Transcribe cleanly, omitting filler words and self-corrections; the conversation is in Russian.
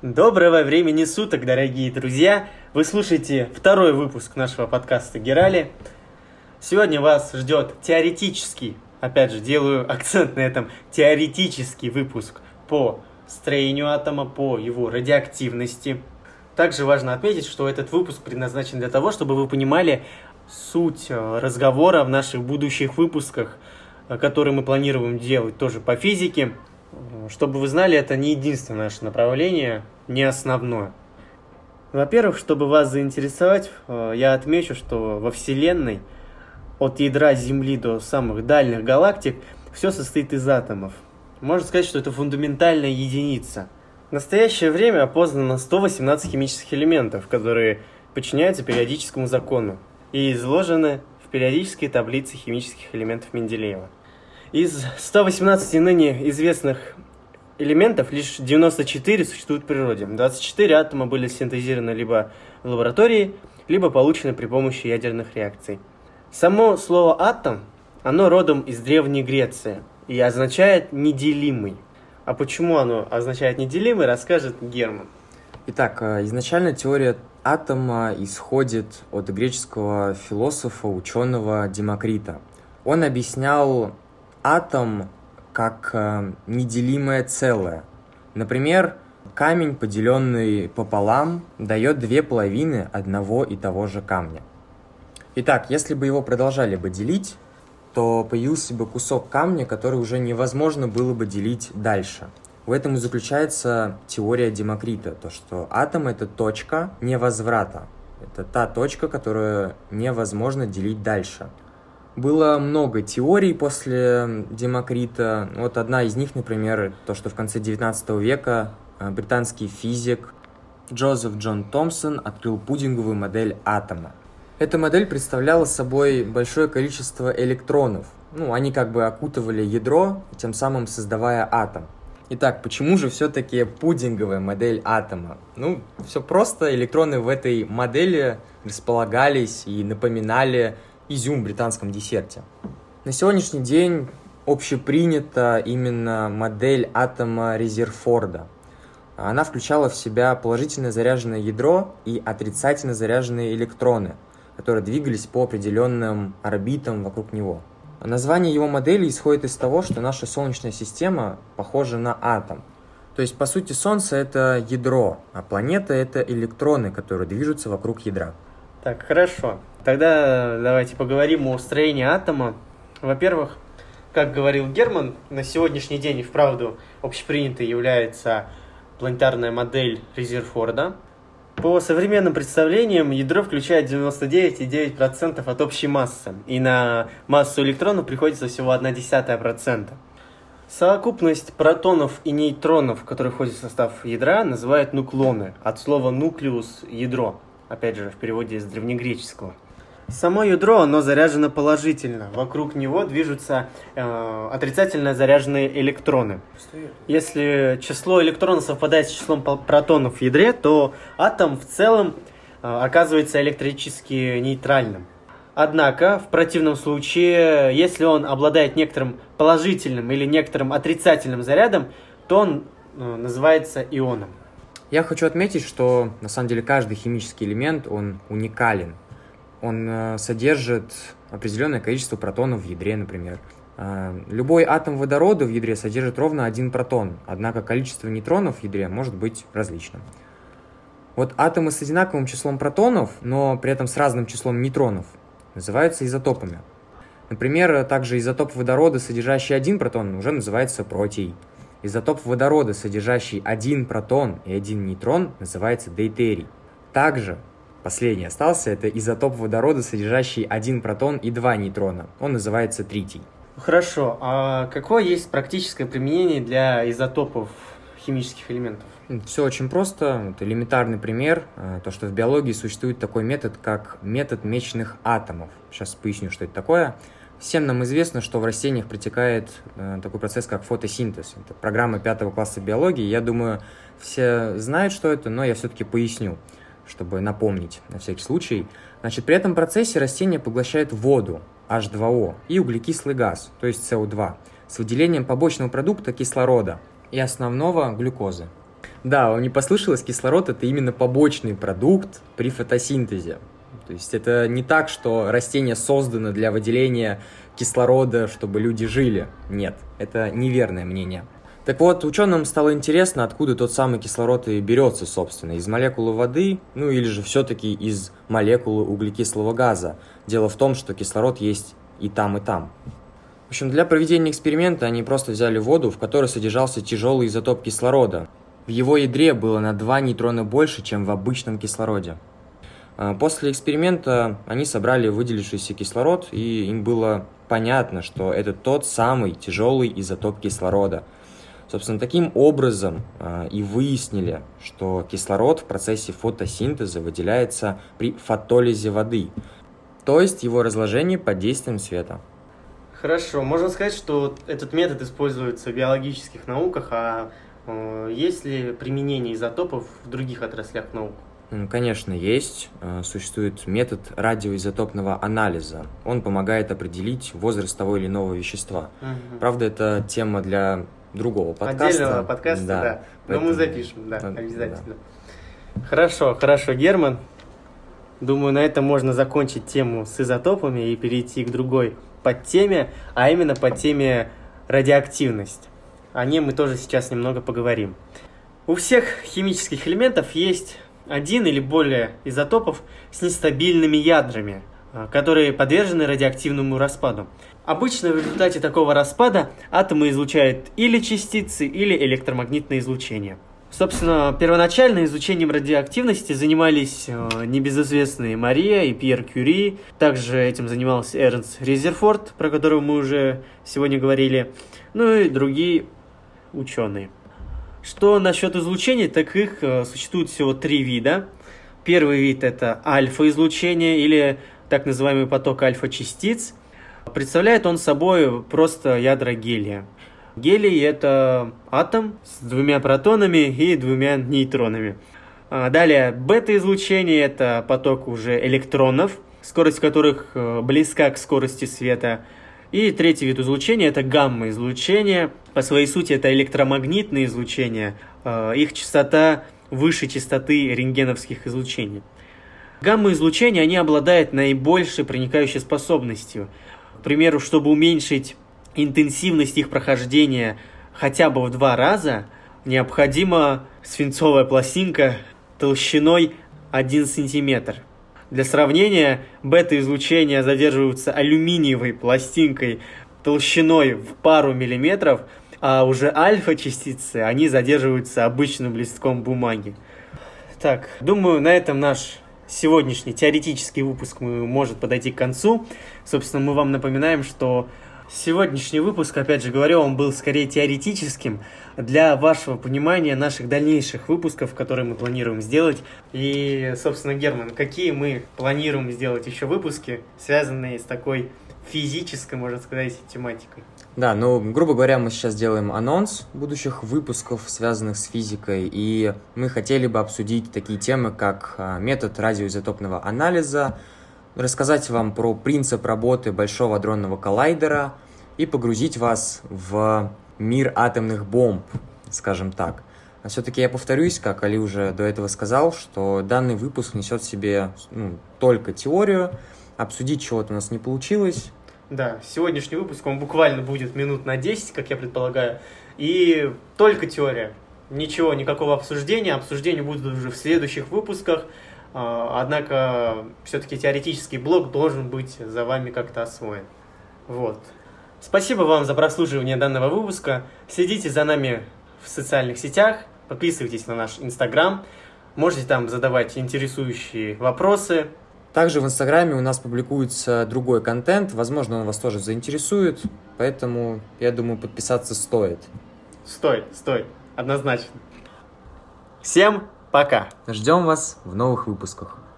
Доброго времени суток, дорогие друзья! Вы слушаете второй выпуск нашего подкаста «Герали». Сегодня вас ждет теоретический, опять же, делаю акцент на этом, теоретический выпуск по строению атома, по его радиоактивности. Также важно отметить, что этот выпуск предназначен для того, чтобы вы понимали суть разговора в наших будущих выпусках, которые мы планируем делать тоже по физике. Чтобы вы знали, это не единственное наше направление, не основное. Во-первых, чтобы вас заинтересовать, я отмечу, что во Вселенной от ядра Земли до самых дальних галактик все состоит из атомов. Можно сказать, что это фундаментальная единица. В настоящее время опознано 118 химических элементов, которые подчиняются периодическому закону и изложены в периодической таблице химических элементов Менделеева. Из 118 ныне известных элементов лишь 94 существуют в природе. 24 атома были синтезированы либо в лаборатории, либо получены при помощи ядерных реакций. Само слово «атом», оно родом из Древней Греции и означает «неделимый». А почему оно означает «неделимый», расскажет Герман. Итак, изначально теория атома исходит от греческого философа, ученого Демокрита. Он объяснял атом как неделимое целое. Например, камень, поделенный пополам, дает две половины одного и того же камня. Итак, если бы его продолжали бы делить, то появился бы кусок камня, который уже невозможно было бы делить дальше. В этом и заключается теория Демокрита, то что атом — это точка невозврата. Это та точка, которую невозможно делить дальше. Было много теорий после Демокрита. Вот одна из них, например, то, что в конце 19 века британский физик Джозеф Джон Томпсон открыл пудинговую модель атома. Эта модель представляла собой большое количество электронов. Они как бы окутывали ядро, тем самым создавая атом. Итак, почему же все-таки пудинговая модель атома? Все просто. Электроны в этой модели располагались и напоминали изюм в британском десерте. На сегодняшний день общепринята именно модель атома Резерфорда. Она включала в себя положительно заряженное ядро и отрицательно заряженные электроны, которые двигались по определенным орбитам вокруг него. Название его модели исходит из того, что наша Солнечная система похожа на атом. То есть, по сути, Солнце — это ядро, а планета — это электроны, которые движутся вокруг ядра. Так, хорошо. Тогда давайте поговорим о строении атома. Во-первых, как говорил Герман, на сегодняшний день и вправду общепринятой является планетарная модель Резерфорда. По современным представлениям, ядро включает 99,9% от общей массы, и на массу электронов приходится всего 0,1%. Совокупность протонов и нейтронов, которые входят в состав ядра, называют нуклоны, от слова «нуклеус» – ядро. Опять же, в переводе с древнегреческого. Само ядро, оно заряжено положительно. Вокруг него движутся отрицательно заряженные электроны. Если число электронов совпадает с числом протонов в ядре, то атом в целом оказывается электрически нейтральным. Однако, в противном случае, если он обладает некоторым положительным или некоторым отрицательным зарядом, то он называется ионом. Я хочу отметить, что на самом деле каждый химический элемент, он уникален. Он содержит определенное количество протонов в ядре, например. Любой атом водорода в ядре содержит ровно один протон, однако количество нейтронов в ядре может быть различным. Вот атомы с одинаковым числом протонов, но при этом с разным числом нейтронов, называются изотопами. Например, также изотоп водорода, содержащий один протон, уже называется протий. Изотоп водорода, содержащий один протон и один нейтрон, называется дейтерий. Также последний остался, это изотоп водорода, содержащий один протон и два нейтрона. Он называется тритий. Хорошо, а какое есть практическое применение для изотопов химических элементов? Все очень просто. Это элементарный пример. То, что в биологии существует такой метод, как метод мечных атомов. Сейчас поясню, что это такое. Всем нам известно, что в растениях протекает такой процесс, как фотосинтез. Это программа 5 класса биологии. Я думаю, все знают, что это, но я все-таки поясню, чтобы напомнить на всякий случай. Значит, при этом процессе растение поглощает воду, H2O, и углекислый газ, то есть CO2, с выделением побочного продукта кислорода и основного глюкозы. Да, вам не послышалось, кислород – это именно побочный продукт при фотосинтезе. То есть это не так, что растение создано для выделения кислорода, чтобы люди жили. Нет, это неверное мнение. Так вот, ученым стало интересно, откуда тот самый кислород и берется, собственно, из молекулы воды, ну или же все-таки из молекулы углекислого газа. Дело в том, что кислород есть и там, и там. В общем, для проведения эксперимента они просто взяли воду, в которой содержался тяжелый изотоп кислорода. В его ядре было на 2 нейтрона больше, чем в обычном кислороде. После эксперимента они собрали выделившийся кислород, и им было понятно, что это тот самый тяжелый изотоп кислорода. Собственно, таким образом и выяснили, что кислород в процессе фотосинтеза выделяется при фотолизе воды, то есть его разложении под действием света. Хорошо, можно сказать, что этот метод используется в биологических науках, а есть ли применение изотопов в других отраслях наук? Конечно, есть. Существует метод радиоизотопного анализа. Он помогает определить возраст того или иного вещества. Угу. Правда, это тема для другого подкаста. Отдельного подкаста, да. Поэтому... Но мы запишем, да, обязательно. Да. Хорошо, Герман. Думаю, на этом можно закончить тему с изотопами и перейти к другой подтеме, а именно подтеме радиоактивность. О ней мы тоже сейчас немного поговорим. У всех химических элементов есть один или более изотопов с нестабильными ядрами, которые подвержены радиоактивному распаду. Обычно в результате такого распада атомы излучают или частицы, или электромагнитное излучение. Собственно, первоначально изучением радиоактивности занимались небезызвестные Мария и Пьер Кюри. Также этим занимался Эрнст Резерфорд, про которого мы уже сегодня говорили, ну и другие ученые. Что насчет излучений, так их существует всего 3 вида. Первый вид – это альфа-излучение или так называемый поток альфа-частиц. Представляет он собой просто ядра гелия. Гелий – это атом с 2 протонами и 2 нейтронами. Далее, бета-излучение – это поток уже электронов, скорость которых близка к скорости света. И третий вид излучения – это гамма-излучение. По своей сути, это электромагнитное излучение. Их частота выше частоты рентгеновских излучений. Гамма-излучения, они обладают наибольшей проникающей способностью. К примеру, чтобы уменьшить интенсивность их прохождения хотя бы в 2 раза, необходима свинцовая пластинка толщиной 1 сантиметр. Для сравнения, бета-излучения задерживаются алюминиевой пластинкой толщиной в пару миллиметров, а уже альфа-частицы, они задерживаются обычным листком бумаги. Так, думаю, на этом наш сегодняшний теоретический выпуск может подойти к концу. Собственно, мы вам напоминаем, что сегодняшний выпуск, опять же говорю, он был скорее теоретическим для вашего понимания наших дальнейших выпусков, которые мы планируем сделать. И, собственно, Герман, какие мы планируем сделать еще выпуски, связанные с такой физической, можно сказать, тематикой? Да, грубо говоря, мы сейчас делаем анонс будущих выпусков, связанных с физикой, и мы хотели бы обсудить такие темы, как метод радиоизотопного анализа, рассказать вам про принцип работы Большого адронного коллайдера и погрузить вас в мир атомных бомб, скажем так. А все-таки я повторюсь, как Али уже до этого сказал, что данный выпуск несет в себе только теорию, обсудить чего-то у нас не получилось. Да, сегодняшний выпуск, он буквально будет минут на 10, как я предполагаю, и только теория. Ничего, никакого обсуждения, обсуждения будут уже в следующих выпусках, однако все-таки теоретический блок должен быть за вами как-то освоен. Вот. Спасибо вам за прослушивание данного выпуска, следите за нами в социальных сетях, подписывайтесь на наш Инстаграм, можете там задавать интересующие вопросы. Также в Инстаграме у нас публикуется другой контент, возможно, он вас тоже заинтересует, поэтому, я думаю, подписаться стоит. Стоит, однозначно. Всем пока! Ждем вас в новых выпусках.